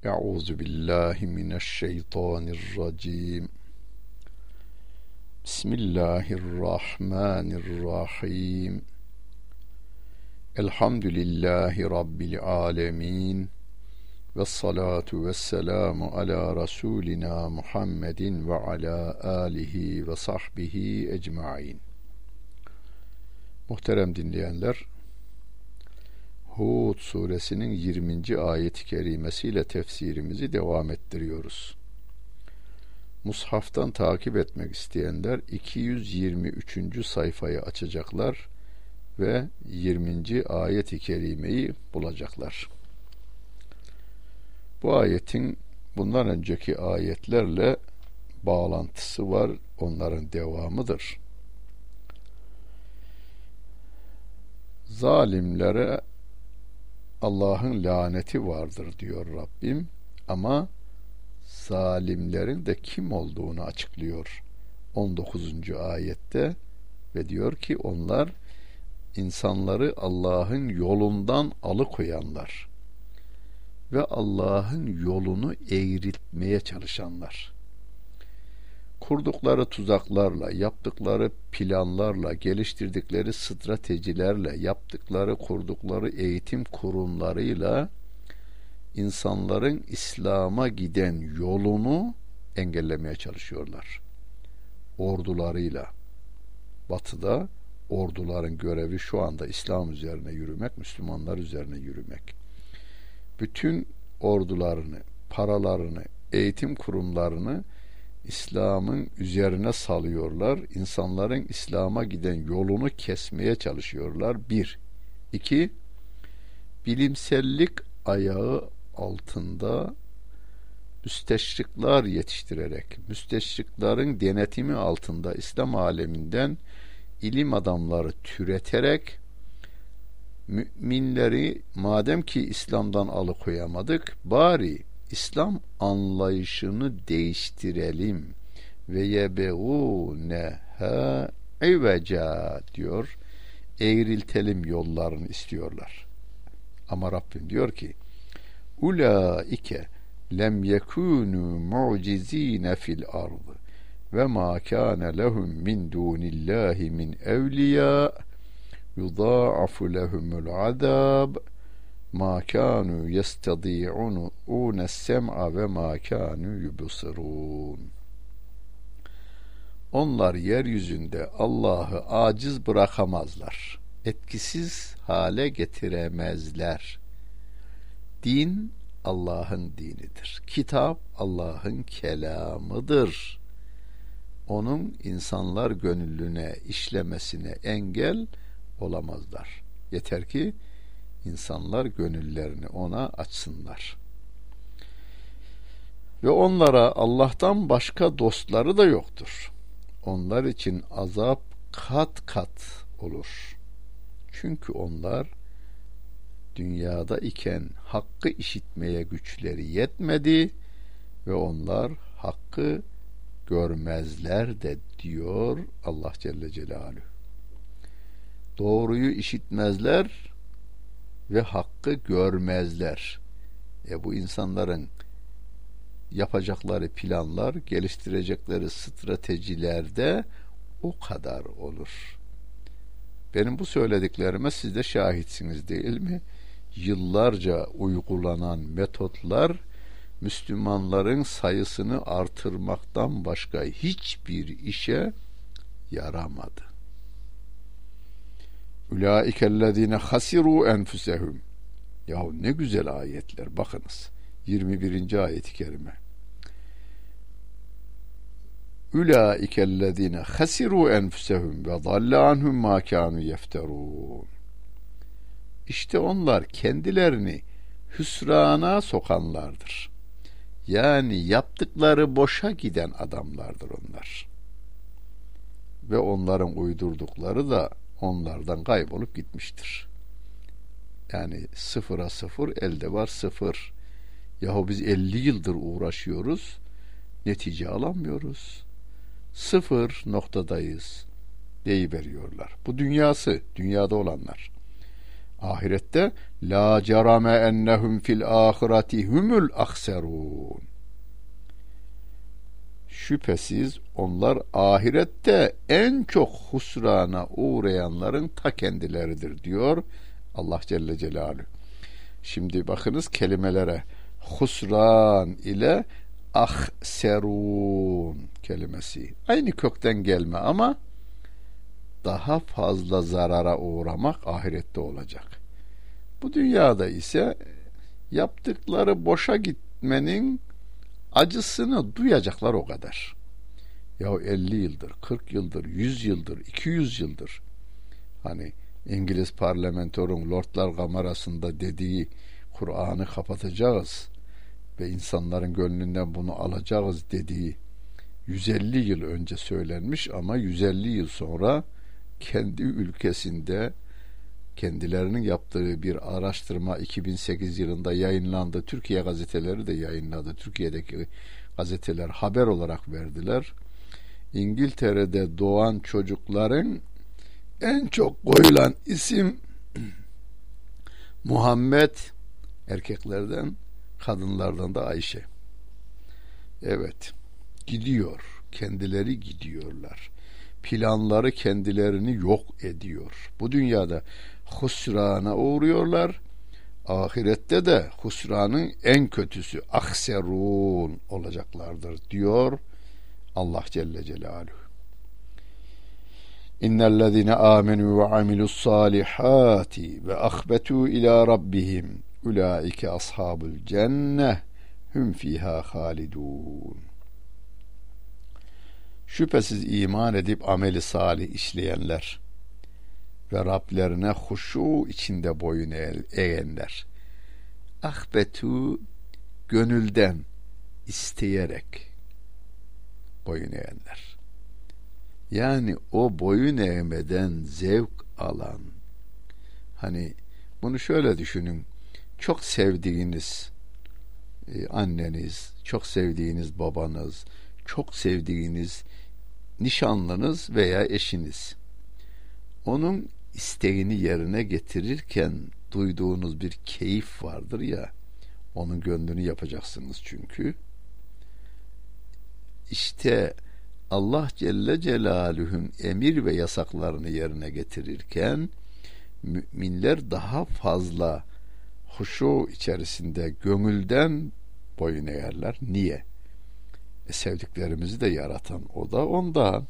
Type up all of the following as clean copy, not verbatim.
Euzu billahi mineşşeytanirracim. Bismillahirrahmanirrahim. Elhamdülillahi Rabbil alemin. Vessalatu vesselamu ala Resulina Muhammedin ve ala alihi ve sahbihi ecmain. Muhterem dinleyenler, Hud suresinin 20. ayet-i kerimesiyle tefsirimizi devam ettiriyoruz. Mushaftan takip etmek isteyenler 223. sayfayı açacaklar ve 20. ayet-i kerimeyi bulacaklar. Bu ayetin bundan önceki ayetlerle bağlantısı var, onların devamıdır. Zalimlere Allah'ın laneti vardır diyor Rabbim, ama zalimlerin de kim olduğunu açıklıyor 19. ayette ve diyor ki onlar insanları Allah'ın yolundan alıkoyanlar ve Allah'ın yolunu eğritmeye çalışanlar. Kurdukları tuzaklarla, yaptıkları planlarla, geliştirdikleri stratejilerle, kurdukları eğitim kurumlarıyla insanların İslam'a giden yolunu engellemeye çalışıyorlar. Ordularıyla. Batı'da orduların görevi şu anda İslam üzerine yürümek, Müslümanlar üzerine yürümek. Bütün ordularını, paralarını, eğitim kurumlarını İslam'ın üzerine salıyorlar. İnsanların İslam'a giden yolunu kesmeye çalışıyorlar. 1. 2. Bilimsellik ayağı altında müsteşrikler yetiştirerek, müsteşriklerin denetimi altında İslam aleminden ilim adamları türeterek müminleri madem ki İslam'dan alıkoyamadık, bari İslam anlayışını değiştirelim ve yebğûneha iveca diyor, eğriltelim yollarını istiyorlar. Ama Rabbim diyor ki ulaike lem yekûnû mu'cizîne fil ardı ve mâ kâne lehum min dûnillâhi min evliyâ yudâ'afu lehumul azâb ma kanu yestadi'un sem'a ve ma kanu yubsirun. Onlar yeryüzünde Allah'ı aciz bırakamazlar. Etkisiz hale getiremezler. Din Allah'ın dinidir. Kitap Allah'ın kelamıdır. Onun insanlar gönüllüne işlemesine engel olamazlar. Yeter ki İnsanlar gönüllerini ona açsınlar. Ve onlara Allah'tan başka dostları da yoktur. Onlar için azap kat kat olur. Çünkü onlar dünyada iken hakkı işitmeye güçleri yetmedi ve onlar hakkı görmezler de diyor Allah Celle Celaluhu. Doğruyu işitmezler ve hakkı görmezler. Bu insanların yapacakları planlar, geliştirecekleri stratejilerde o kadar olur. Benim bu söylediklerime siz de şahitsiniz değil mi? Yıllarca uygulanan metotlar Müslümanların sayısını artırmaktan başka hiçbir işe yaramadı. Ulaikellezine hasiru enfusehum. Yahu ne güzel ayetler, bakınız. 21. ayet-i kerime. Ulaikellezine hasiru enfusehum ve dalle anhum ma kanu yefterun. İşte onlar kendilerini hüsrana sokanlardır. Yani yaptıkları boşa giden adamlardır onlar. Ve onların uydurdukları da onlardan kaybolup gitmiştir. Yani sıfıra sıfır, elde var sıfır. Yahu biz 50 yıldır uğraşıyoruz, netice alamıyoruz. Sıfır noktadayız deyiveriyorlar. Bu dünyada olanlar. Ahirette la cerame ennehum fil ahireti humul ahserun. Şüphesiz onlar ahirette en çok husrana uğrayanların ta kendileridir diyor Allah Celle Celaluhu. Şimdi bakınız kelimelere, husran ile ahserun kelimesi aynı kökten gelme ama daha fazla zarara uğramak ahirette olacak. Bu dünyada ise yaptıkları boşa gitmenin acısını duyacaklar o kadar. Ya 50 yıldır, 40 yıldır, 100 yıldır, 200 yıldır hani İngiliz parlamentonun Lordlar Kamerası'nda dediği Kur'an'ı kapatacağız ve insanların gönlünden bunu alacağız dediği 150 yıl önce söylenmiş ama 150 yıl sonra kendi ülkesinde kendilerinin yaptığı bir araştırma 2008 yılında yayınlandı. Türkiye gazeteleri de yayınladı. Türkiye'deki gazeteler haber olarak verdiler. İngiltere'de doğan çocukların en çok koyulan isim Muhammed, erkeklerden, kadınlardan da Ayşe. Evet, gidiyor. Kendileri gidiyorlar. Planları kendilerini yok ediyor. Bu dünyada husrana uğruyorlar. Ahirette de husranın en kötüsü ahserun olacaklardır diyor Allah Celle Celaluhu. İnnellezine amenu ve amilussalihati ve ahbetu ila rabbihim ulaike ashabul cenneh hum fiha halidun. Şüphesiz iman edip ameli salih işleyenler ve Rablerine huşu içinde boyun eğenler. Ahbetu, gönülden, isteyerek boyun eğenler. Yani o boyun eğmeden zevk alan, hani bunu şöyle düşünün, çok sevdiğiniz anneniz, çok sevdiğiniz babanız, çok sevdiğiniz nişanlınız veya eşiniz, onun isteğini yerine getirirken duyduğunuz bir keyif vardır ya, onun gönlünü yapacaksınız çünkü. İşte Allah Celle Celaluhu'nun emir ve yasaklarını yerine getirirken müminler daha fazla huşu içerisinde gönülden boyun eğerler. Niye? Sevdiklerimizi de yaratan o da ondan.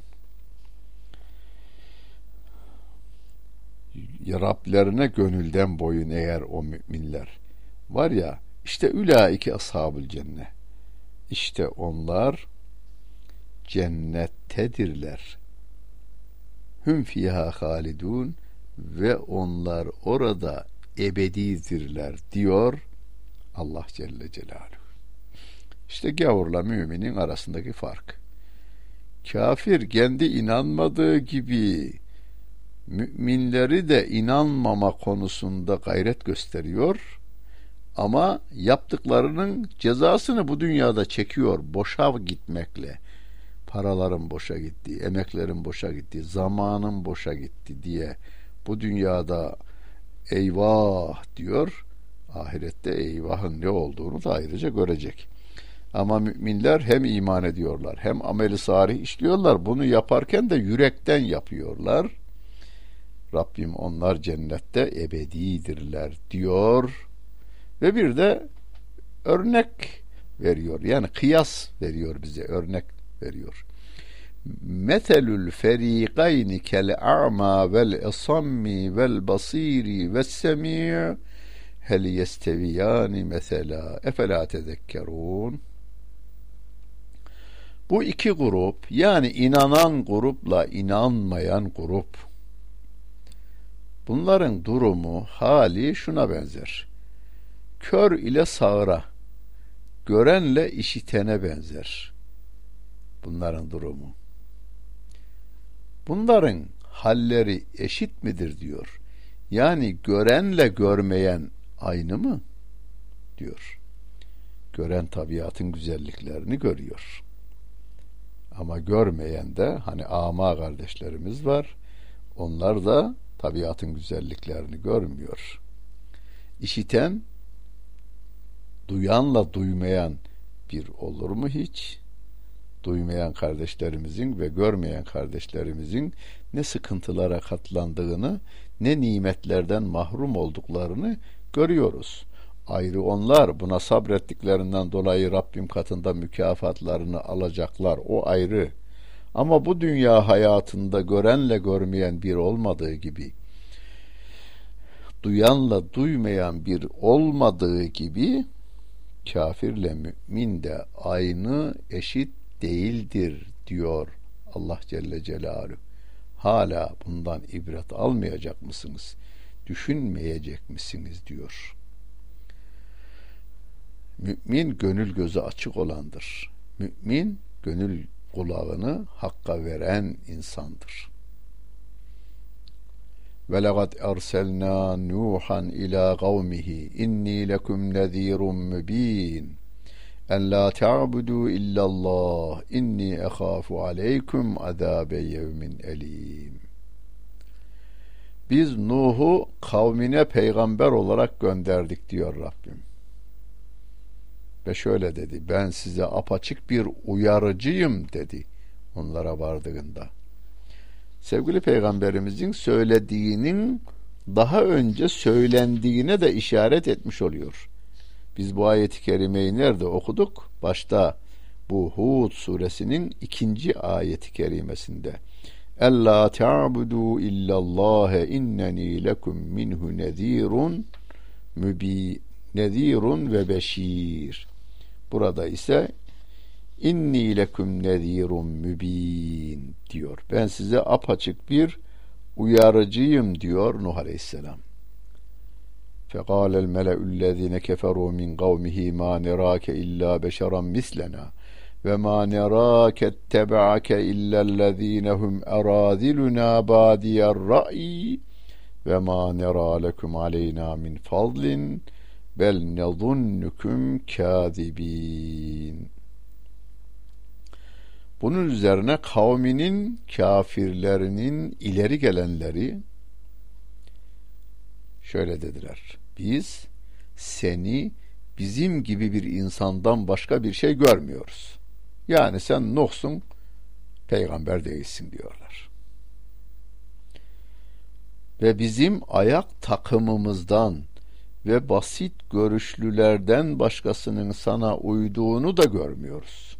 Rablerine gönülden boyun eğer o müminler. Var ya, işte ülaike ashabul cennet. İşte onlar cennettedirler. Hüm fiha halidun ve onlar orada ebedidirler diyor Allah Celle Celaluhu. İşte gavurla müminin arasındaki fark. Kafir kendi inanmadığı gibi müminleri de inanmama konusunda gayret gösteriyor ama yaptıklarının cezasını bu dünyada çekiyor boşa gitmekle. Paraların boşa gitti, emeklerin boşa gitti, zamanın boşa gitti diye bu dünyada eyvah diyor, ahirette eyvahın ne olduğunu da ayrıca görecek. Ama müminler hem iman ediyorlar hem ameli salih işliyorlar. Bunu yaparken de yürekten yapıyorlar. Rabbim onlar cennette ebedidirler diyor ve bir de örnek veriyor. Yani kıyas veriyor bize, örnek veriyor. Metelül ferikayni kel a'ma vel esammi vel basiri ves semi' hel yesteviyani mesela efela tezekkerun. Bu iki grup, yani inanan grupla inanmayan grup, bunların durumu, hali şuna benzer. Kör ile sağıra, görenle işitene benzer. Bunların durumu. Bunların halleri eşit midir diyor. Yani görenle görmeyen aynı mı? Diyor. Gören tabiatın güzelliklerini görüyor. Ama görmeyen de hani ama kardeşlerimiz var. Onlar da tabiatın güzelliklerini görmüyor. işiten, duyanla duymayan bir olur mu hiç? Duymayan kardeşlerimizin ve görmeyen kardeşlerimizin ne sıkıntılara katlandığını, ne nimetlerden mahrum olduklarını görüyoruz. Ayrı onlar buna sabrettiklerinden dolayı Rabbim katında mükafatlarını alacaklar, o ayrı. Ama bu dünya hayatında görenle görmeyen bir olmadığı gibi, duyanla duymayan bir olmadığı gibi, kafirle mümin de aynı, eşit değildir diyor Allah Celle Celaluhu. Hala bundan ibret almayacak mısınız? Düşünmeyecek misiniz diyor. Mümin gönül gözü açık olandır. Mümin gönül kulağını hakka veren insandır. Ve laqad erselna Nuhan ila kavmihi inni lekum nezirun mübin en la ta'budu illallah inni ekhafu aleykum azabe yevmin elim. Biz Nuh'u kavmine peygamber olarak gönderdik diyor Rabbim. Ve şöyle dedi: ben size apaçık bir uyarıcıyım dedi onlara vardığında. Sevgili Peygamberimizin söylediğinin daha önce söylendiğine de işaret etmiş oluyor. Biz bu ayeti kerimeyi nerede okuduk? Başta bu Hud suresinin 2. ayeti kerimesinde. Ella ta'budu illallâhe inneni lekum minhu nezirun ve beşir. Burada ise inni lekum nezirun mübin diyor. Ben size apaçık bir uyarıcıyım diyor Nuh Aleyhisselam. فَقَالَ الْمَلَأُ الَّذِينَ كَفَرُوا مِنْ قَوْمِهِ مَا نَرَاكَ إِلَّا بَشَرًا مِثْلَنَا وَمَا نَرَاكَ اتَّبَعَكَ إِلَّا الَّذِينَ هُمْ أَرَاذِلُنَا بَادِيَ الرَّأْيِ وَمَا نَرَى لَكُمْ عَلَيْنَا مِنْ فَضْلٍ بَلْ نَظُنُّكُمْ كَاذِبِينَ. Bunun üzerine kavminin, kafirlerinin ileri gelenleri şöyle dediler: biz seni bizim gibi bir insandan başka bir şey görmüyoruz. Yani sen Nuh'sun, peygamber değilsin diyorlar. Ve bizim ayak takımımızdan ve basit görüşlülerden başkasının sana uyduğunu da görmüyoruz.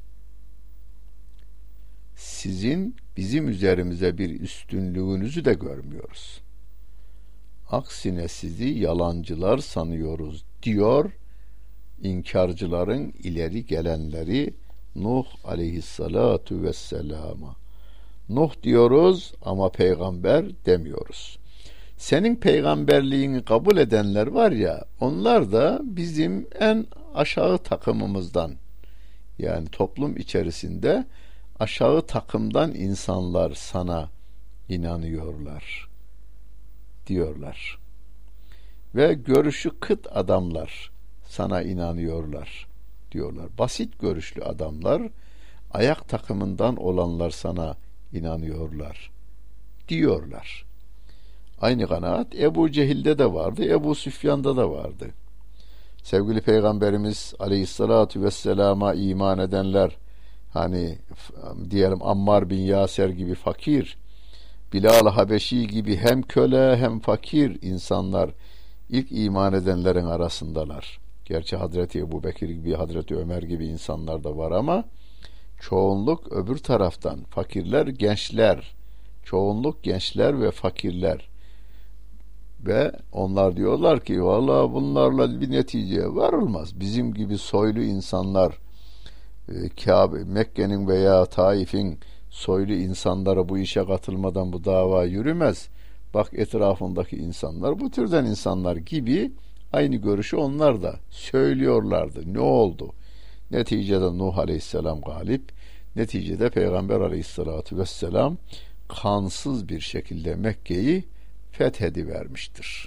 Sizin bizim üzerimize bir üstünlüğünüzü de görmüyoruz. Aksine sizi yalancılar sanıyoruz diyor inkarcıların ileri gelenleri Nuh aleyhissalatu vesselama. Nuh diyoruz ama peygamber demiyoruz. Senin peygamberliğini kabul edenler var ya, onlar da bizim en aşağı takımımızdan, yani toplum içerisinde aşağı takımdan insanlar sana inanıyorlar diyorlar. Ve görüşü kıt adamlar sana inanıyorlar diyorlar. Basit görüşlü adamlar, ayak takımından olanlar sana inanıyorlar diyorlar. Aynı kanaat Ebu Cehil'de de vardı, Ebu Süfyan'da da vardı. Sevgili Peygamberimiz Aleyhissalatu vesselama iman edenler, hani diyelim Ammar bin Yaser gibi fakir, Bilal Habeşi gibi hem köle hem fakir insanlar ilk iman edenlerin arasındalar. Gerçi Hazreti Ebubekir gibi, Hazreti Ömer gibi insanlar da var ama çoğunluk öbür taraftan, fakirler, gençler, çoğunluk gençler ve fakirler. Ve onlar diyorlar ki vallahi bunlarla bir neticeye varılmaz. Bizim gibi soylu insanlar, Kabe, Mekke'nin veya Taif'in soylu insanlara bu işe katılmadan bu dava yürümez. Bak etrafındaki insanlar bu türden insanlar gibi aynı görüşü onlar da söylüyorlardı. Ne oldu? Neticede Nuh Aleyhisselam galip, neticede Peygamber Aleyhisselatü Vesselam kansız bir şekilde Mekke'yi fethedivermiştir.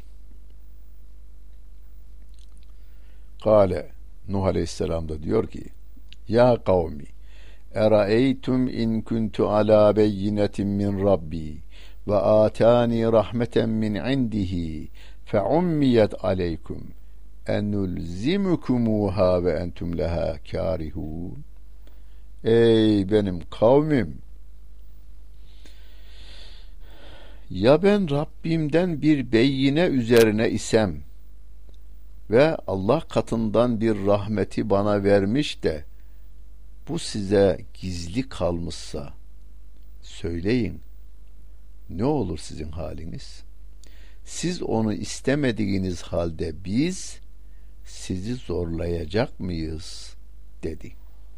Kale, Nuh Aleyhisselam da diyor ki: ya kavmi eraeytum in kuntu ala beyinetin min rabbi ve atani rahmeten min indihi fe ummiyet aleykum enulzimukumuha ve entum leha karihun. Ey benim kavmim, ya ben Rabbimden bir beyine üzerine isem ve Allah katından bir rahmeti bana vermiş de bu size gizli kalmışsa söyleyin, ne olur sizin haliniz? Siz onu istemediğiniz halde biz sizi zorlayacak mıyız dedi.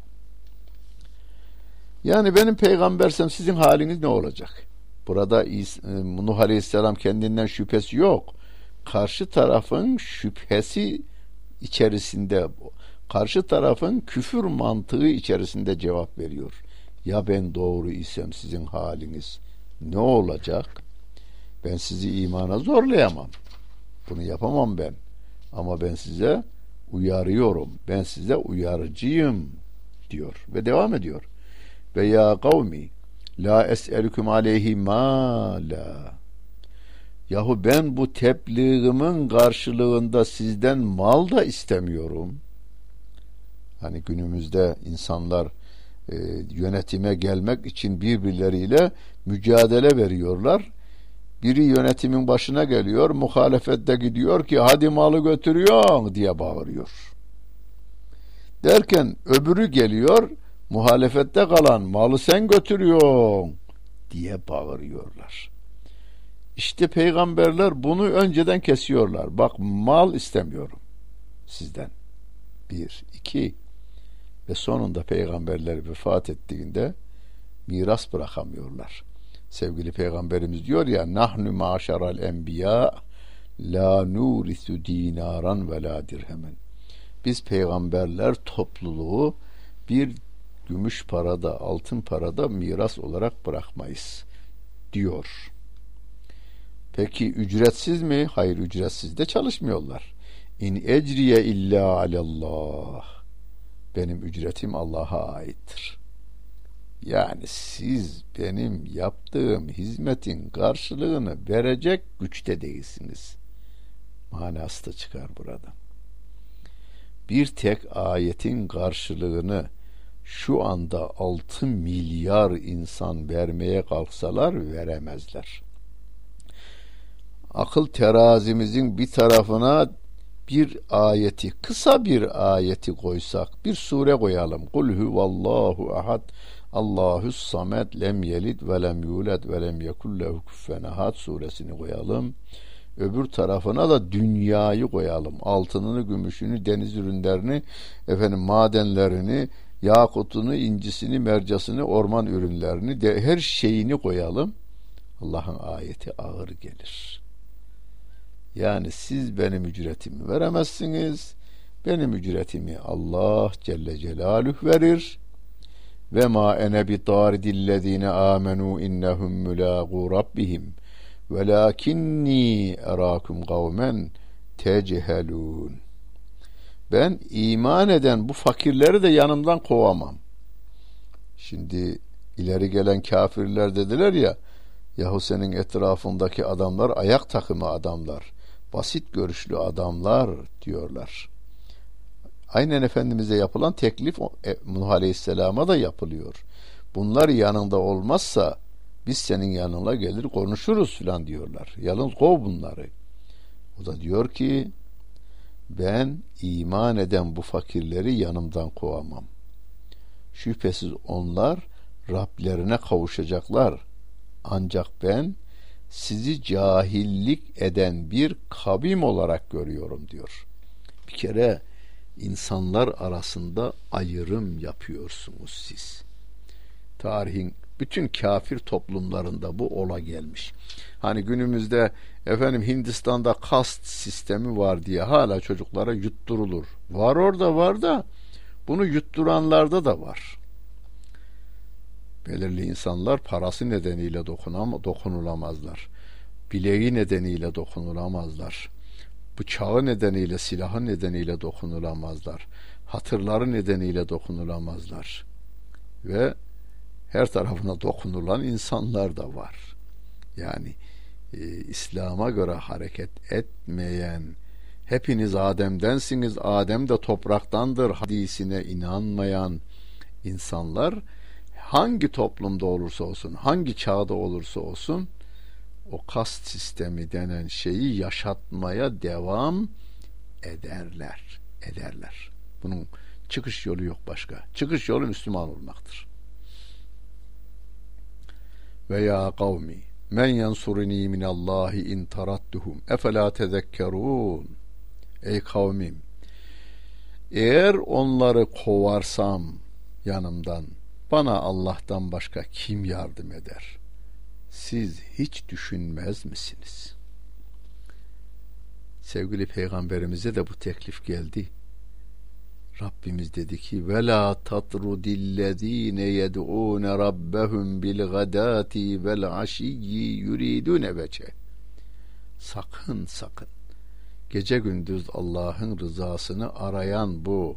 Yani benim peygambersem sizin haliniz ne olacak? Burada Nuh Aleyhisselam kendinden şüphesi yok. Karşı tarafın şüphesi içerisinde, karşı tarafın küfür mantığı içerisinde cevap veriyor. Ya ben doğru isem sizin haliniz ne olacak? Ben sizi imana zorlayamam. Bunu yapamam ben. Ama ben size uyarıyorum. Ben size uyarıcıyım diyor. Ve devam ediyor. Ve ya kavmi la es'elüküm aleyhi mâlâ. Yahu ben bu tebliğimin karşılığında sizden mal da istemiyorum. Hani günümüzde insanlar yönetime gelmek için birbirleriyle mücadele veriyorlar. Biri yönetimin başına geliyor, muhalefette gidiyor ki hadi malı götürüyor diye bağırıyor. Derken öbürü geliyor, muhalefette kalan malı sen götürüyorsun diye bağırıyorlar. İşte peygamberler bunu önceden kesiyorlar. Bak, mal istemiyorum sizden. 1, 2 ve sonunda peygamberler vefat ettiğinde miras bırakamıyorlar. Sevgili peygamberimiz diyor ya, nahnu maşaral enbiya la nurisu dinaran ve la dirhemen. Biz peygamberler topluluğu bir gümüş parada, altın parada miras olarak bırakmayız diyor. Peki ücretsiz mi? Hayır, ücretsiz de çalışmıyorlar. İn ecriye illa alallah. Benim ücretim Allah'a aittir. Yani siz benim yaptığım hizmetin karşılığını verecek güçte değilsiniz. Manası da çıkar burada. Bir tek ayetin karşılığını şu anda 6 milyar insan vermeye kalksalar veremezler. Akıl terazimizin bir tarafına bir ayeti, kısa bir ayeti koysak, bir sure koyalım. Kul huvallahu ahad, Allahus samed, lem yelid ve lem yulad ve lem yekul lehu kufuven ahad suresini koyalım. Öbür tarafına da dünyayı koyalım. Altınını, gümüşünü, deniz ürünlerini, madenlerini, yakutunu, incisini, mercasını, orman ürünlerini, her şeyini koyalım. Allah'ın ayeti ağır gelir. Yani siz benim ücretimi veremezsiniz. Benim ücretimi Allah Celle Celaluhu verir. Ve ma ene bi taridillezine amenu innehum mulaqu rabbihim velakinni erakum kavmen tecehelun. Ben iman eden bu fakirleri de yanımdan kovamam. Şimdi ileri gelen kafirler dediler ya, yahu senin etrafındaki adamlar ayak takımı adamlar, basit görüşlü adamlar diyorlar. Aynen Efendimiz'e yapılan teklif Nuh Aleyhisselam'a da yapılıyor. Bunlar yanında olmazsa biz senin yanına gelir konuşuruz filan diyorlar. Yalnız kov bunları. O da diyor ki, ben iman eden bu fakirleri yanımdan kovamam. Şüphesiz onlar Rablerine kavuşacaklar. Ancak ben sizi cahillik eden bir kavim olarak görüyorum diyor. Bir kere insanlar arasında ayrım yapıyorsunuz siz. Tarihin bütün kafir toplumlarında bu ola gelmiş. Hani günümüzde Hindistan'da kast sistemi var diye hala çocuklara yutturulur. Var, orada var da bunu yutturanlarda da var. Belirli insanlar parası nedeniyle dokunulamazlar. Bileği nedeniyle dokunulamazlar. Bıçağı nedeniyle, silahı nedeniyle dokunulamazlar. Hatırları nedeniyle dokunulamazlar. Ve her tarafına dokunulan insanlar da var. Yani İslam'a göre hareket etmeyen hepiniz Adem'densiniz, Adem de topraktandır hadisine inanmayan insanlar hangi toplumda olursa olsun, hangi çağda olursa olsun o kast sistemi denen şeyi yaşatmaya devam ederler. Bunun çıkış yolu yok başka. Çıkış yolu Müslüman olmaktır. Ve ya kavmi men yansuruni minallahi in tarattuhum efela tezekkerun. Ey kavmim, eğer onları kovarsam yanımdan, bana Allah'tan başka kim yardım eder? Siz hiç düşünmez misiniz? Sevgili Peygamberimize de bu teklif geldi. Rabbimiz dedi ki: "Ve la tatrudillezine yed'un rabbahum bil gadati vel aşiyyi yuridun vece." Sakın gece gündüz Allah'ın rızasını arayan bu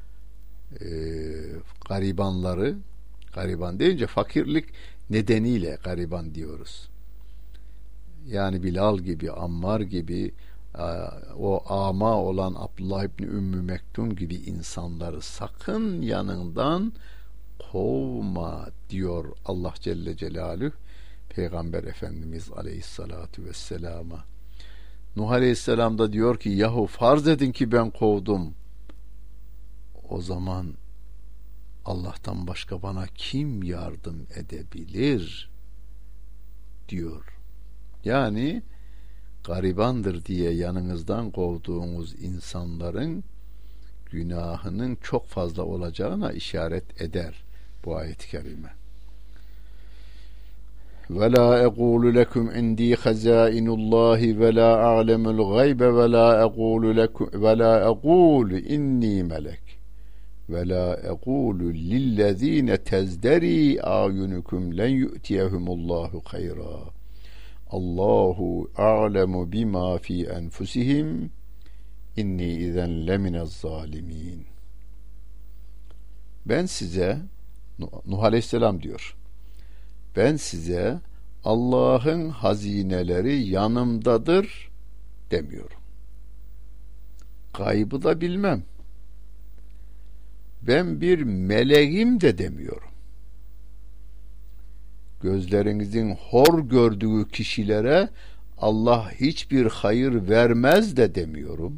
garibanları, gariban deyince fakirlik nedeniyle gariban diyoruz. Yani Bilal gibi, Ammar gibi, o ama olan Abdullah İbni Ümmü Mektum gibi insanları sakın yanından kovma diyor Allah Celle Celaluhu Peygamber Efendimiz Aleyhissalatu Vesselam'a. Nuh Aleyhisselam da diyor ki yahu farz edin ki ben kovdum. O zaman Allah'tan başka bana kim yardım edebilir diyor. Yani garibandır diye yanınızdan kovduğunuz insanların günahının çok fazla olacağına işaret eder bu ayet-i kerime. Ve la ekulu lekum indi hazainullahi ve la a'lemul gaybe ve la ekulu lekum ve la ekulu inni melek ve la ekulu lillezine tezderi ayunukum len yu'tiyehumullahu hayra. Allahu a'lemu bima fi enfusihim inni izen leminez zalimin. Ben size, Nuh Aleyhisselam diyor, ben size Allah'ın hazineleri yanımdadır demiyorum. Gaybı da bilmem. Ben bir meleğim de demiyorum. Gözlerinizin hor gördüğü kişilere Allah hiçbir hayır vermez de demiyorum.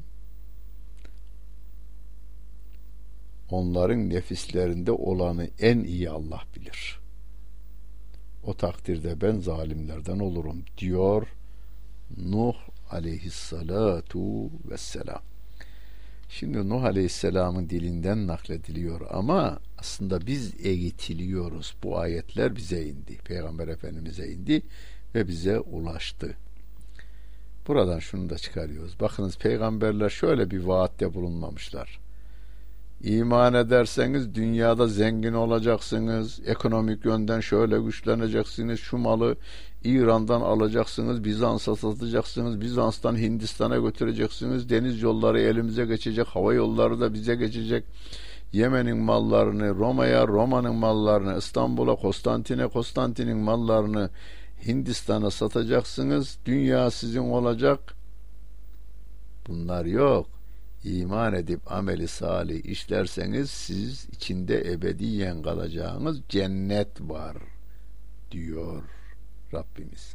Onların nefislerinde olanı en iyi Allah bilir. O takdirde ben zalimlerden olurum diyor Nuh aleyhissalatu vesselam. Şimdi Nuh aleyhisselamın dilinden naklediliyor ama aslında biz eğitiliyoruz. Bu ayetler bize indi. Peygamber Efendimiz'e indi ve bize ulaştı. Buradan şunu da çıkarıyoruz. Bakınız peygamberler şöyle bir vaatte bulunmamışlar. İman ederseniz dünyada zengin olacaksınız, ekonomik yönden şöyle güçleneceksiniz, şu malı İran'dan alacaksınız, Bizans'a satacaksınız, Bizans'tan Hindistan'a götüreceksiniz, deniz yolları elimize geçecek, hava yolları da bize geçecek, Yemen'in mallarını Roma'ya, Roma'nın mallarını İstanbul'a, Konstantin'in mallarını Hindistan'a satacaksınız, dünya sizin olacak. Bunlar yok. İman edip ameli salih işlerseniz siz içinde ebediyen kalacağınız cennet var diyor Rabbimiz.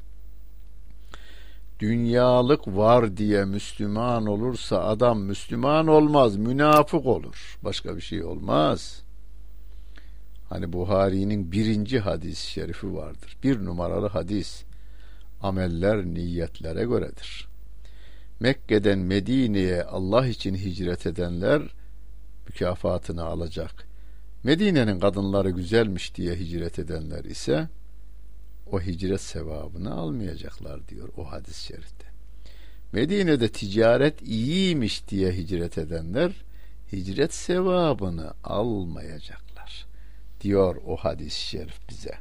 Dünyalık var diye Müslüman olursa adam Müslüman olmaz, münafık olur. Başka bir şey olmaz. Hani Buhari'nin 1. hadis-i şerifi vardır. 1 numaralı hadis. Ameller niyetlere göredir. Mekke'den Medine'ye Allah için hicret edenler mükafatını alacak. Medine'nin kadınları güzelmiş diye hicret edenler ise o hicret sevabını almayacaklar diyor o hadis-i şerifte. Medine'de ticaret iyiymiş diye hicret edenler hicret sevabını almayacaklar diyor o hadis-i şerif bize.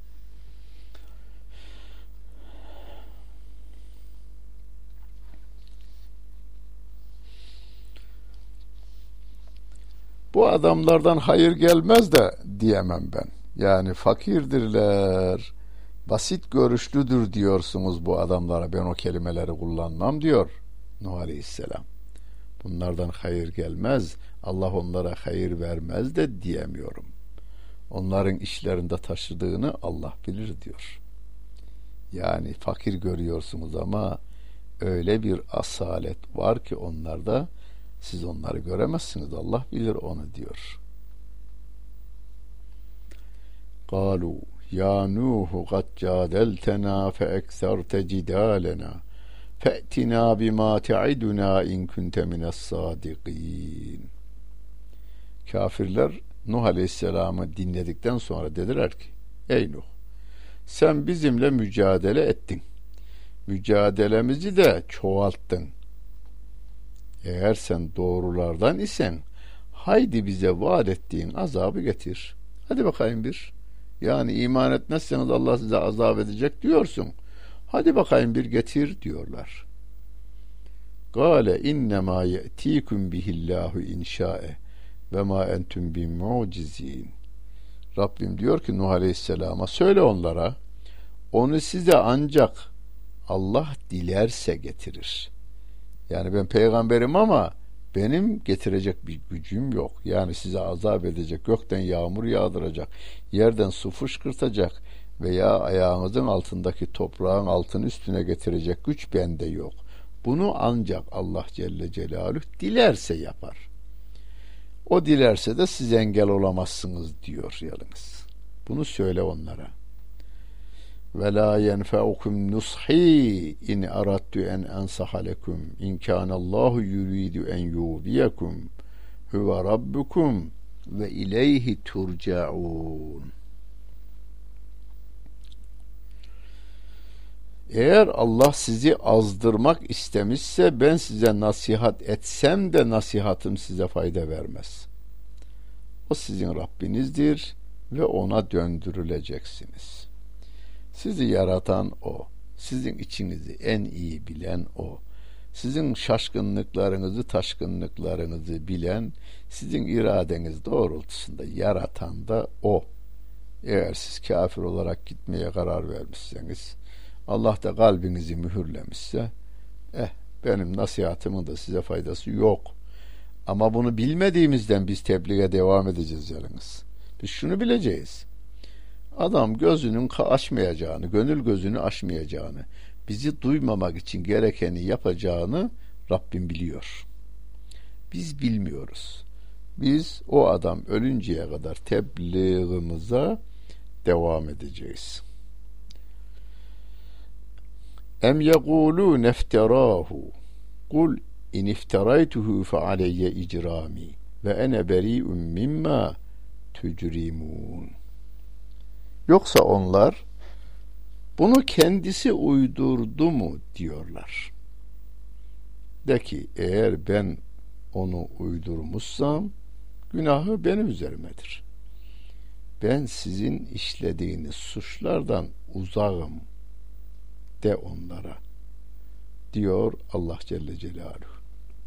Bu adamlardan hayır gelmez de diyemem ben. Yani fakirdirler, basit görüşlüdür diyorsunuz bu adamlara. Ben o kelimeleri kullanmam diyor Nuh Aleyhisselam. bunlardan hayır gelmez, Allah onlara hayır vermez de diyemiyorum. Onların işlerinde taşıdığını Allah bilir diyor. Yani fakir görüyorsunuz ama öyle bir asalet var ki onlarda, siz onları göremezsiniz, Allah bilir onu diyor. قالوا يا نوح قد جادلتنا فأكثرت جدالنا فأتنا بما تعدنا إن كنت من الصادقين. Kafirler Nuh Aleyhisselam'ı dinledikten sonra dediler ki, ey Nuh, sen bizimle mücadele ettin. Mücadelemizi de çoğalttın. Eğer sen doğrulardan isen haydi bize vaat ettiğin azabı getir. Hadi bakayım bir. Yani iman etmezseniz Allah size azap edecek diyorsun. Hadi bakayım bir getir diyorlar. Gâle innemâ ye'tîküm bihillâhu inşâe ve mâ entüm bimucizîn. Rabbim diyor ki Nuh Aleyhisselam'a, söyle onlara, onu size ancak Allah dilerse getirir. Yani ben peygamberim ama benim getirecek bir gücüm yok. Yani size azap edecek, gökten yağmur yağdıracak, yerden su fışkırtacak veya ayağınızın altındaki toprağın altını üstüne getirecek güç bende yok. Bunu ancak Allah Celle Celaluhu dilerse yapar. O dilerse de siz engel olamazsınız diyor yalnız. Bunu söyle onlara. Ve la yenfe'ukum nushi in aradtu en ansaha lekum in kânallahu yuridu en yudiyekum huve rabbukum ve ileyhi turcaun. Eğer Allah sizi azdırmak istemişse ben size nasihat etsem de nasihatım size fayda vermez. O sizin Rabbinizdir ve ona döndürüleceksiniz. Sizi yaratan O, sizin içinizi en iyi bilen O, sizin şaşkınlıklarınızı, taşkınlıklarınızı bilen, sizin iradeniz doğrultusunda yaratan da O. Eğer siz kafir olarak gitmeye karar vermişseniz, Allah da kalbinizi mühürlemişse, benim nasihatımın da size faydası yok. Ama bunu bilmediğimizden biz tebliğe devam edeceğiz yalnız. Biz şunu bileceğiz. Adam gözünün açmayacağını, gönül gözünü açmayacağını, bizi duymamak için gerekeni yapacağını Rabbim biliyor. Biz bilmiyoruz. Biz o adam ölünceye kadar tebliğimize devam edeceğiz. Em yekulû nefterâhu kul in ifteraytuhu fe aleyye icrami ve ene beri'un mimma tücrimun. Yoksa onlar bunu kendisi uydurdu mu diyorlar. De ki eğer ben onu uydurmuşsam günahı benim üzerimedir. Ben sizin işlediğiniz suçlardan uzağım de onlara diyor Allah Celle Celaluhu.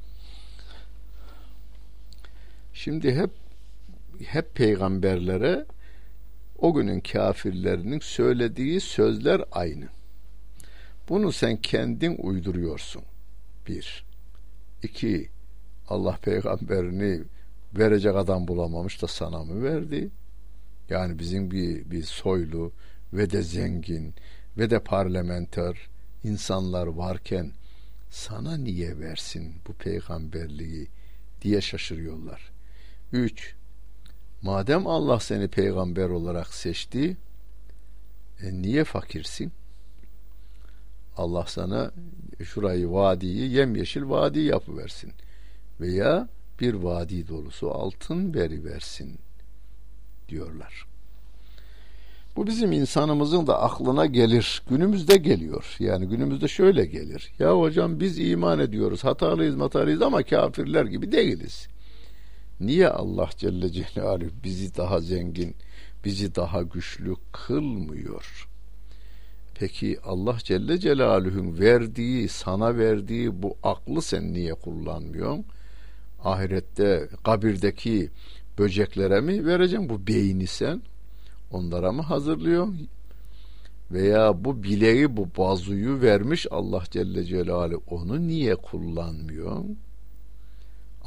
Şimdi hep peygamberlere o günün kafirlerinin söylediği sözler aynı. Bunu sen kendin uyduruyorsun. 1. 2. Allah peygamberini verecek adam bulamamış da sana mı verdi? Yani bizim bir soylu ve de zengin ve de parlamenter insanlar varken sana niye versin bu peygamberliği diye şaşırıyorlar. 3. Madem Allah seni peygamber olarak seçti, niye fakirsin? Allah sana şurayı, vadiyi, yemyeşil vadi yapıversin veya bir vadi dolusu altın veriversin diyorlar. Bu bizim insanımızın da aklına gelir. Günümüzde geliyor. Yani günümüzde şöyle gelir. Ya hocam biz iman ediyoruz. Hatalıyız ama kafirler gibi değiliz. Niye Allah Celle Celaluhu bizi daha zengin, bizi daha güçlü kılmıyor? Peki Allah Celle Celaluhu'nun verdiği, sana verdiği bu aklı sen niye kullanmıyorsun? Ahirette, kabirdeki böceklere mi vereceğim bu beyni sen? Onlara mı hazırlıyorsun? Veya bu bileği, bu bazuyu vermiş Allah Celle Celaluhu, onu niye kullanmıyorsun?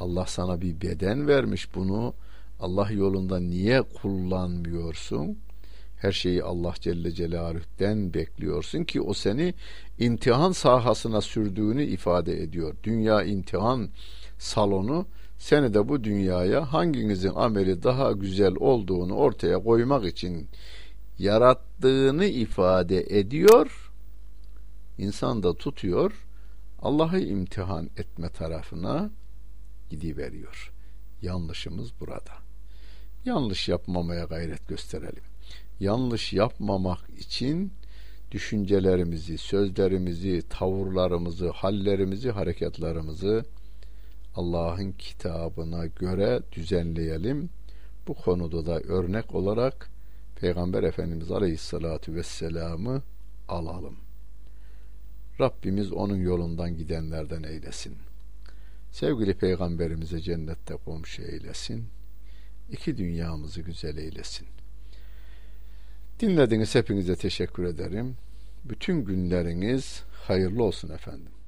Allah sana bir beden vermiş, bunu Allah yolunda niye kullanmıyorsun? Her şeyi Allah Celle Celaluhu'den bekliyorsun ki o seni imtihan sahasına sürdüğünü ifade ediyor. Dünya imtihan salonu, seni de bu dünyaya hanginizin ameli daha güzel olduğunu ortaya koymak için yarattığını ifade ediyor. İnsan da tutuyor, Allah'ı imtihan etme tarafına gidiveriyor. Yanlışımız burada. Yanlış yapmamaya gayret gösterelim. Yanlış yapmamak için düşüncelerimizi, sözlerimizi, tavırlarımızı, hallerimizi, hareketlerimizi Allah'ın kitabına göre düzenleyelim. Bu konuda da örnek olarak Peygamber Efendimiz Aleyhisselatü Vesselam'ı alalım. Rabbimiz onun yolundan gidenlerden eylesin. Sevgili Peygamberimize cennette komşu eylesin. İki dünyamızı güzel eylesin. Dinlediğiniz hepinize teşekkür ederim. Bütün günleriniz hayırlı olsun efendim.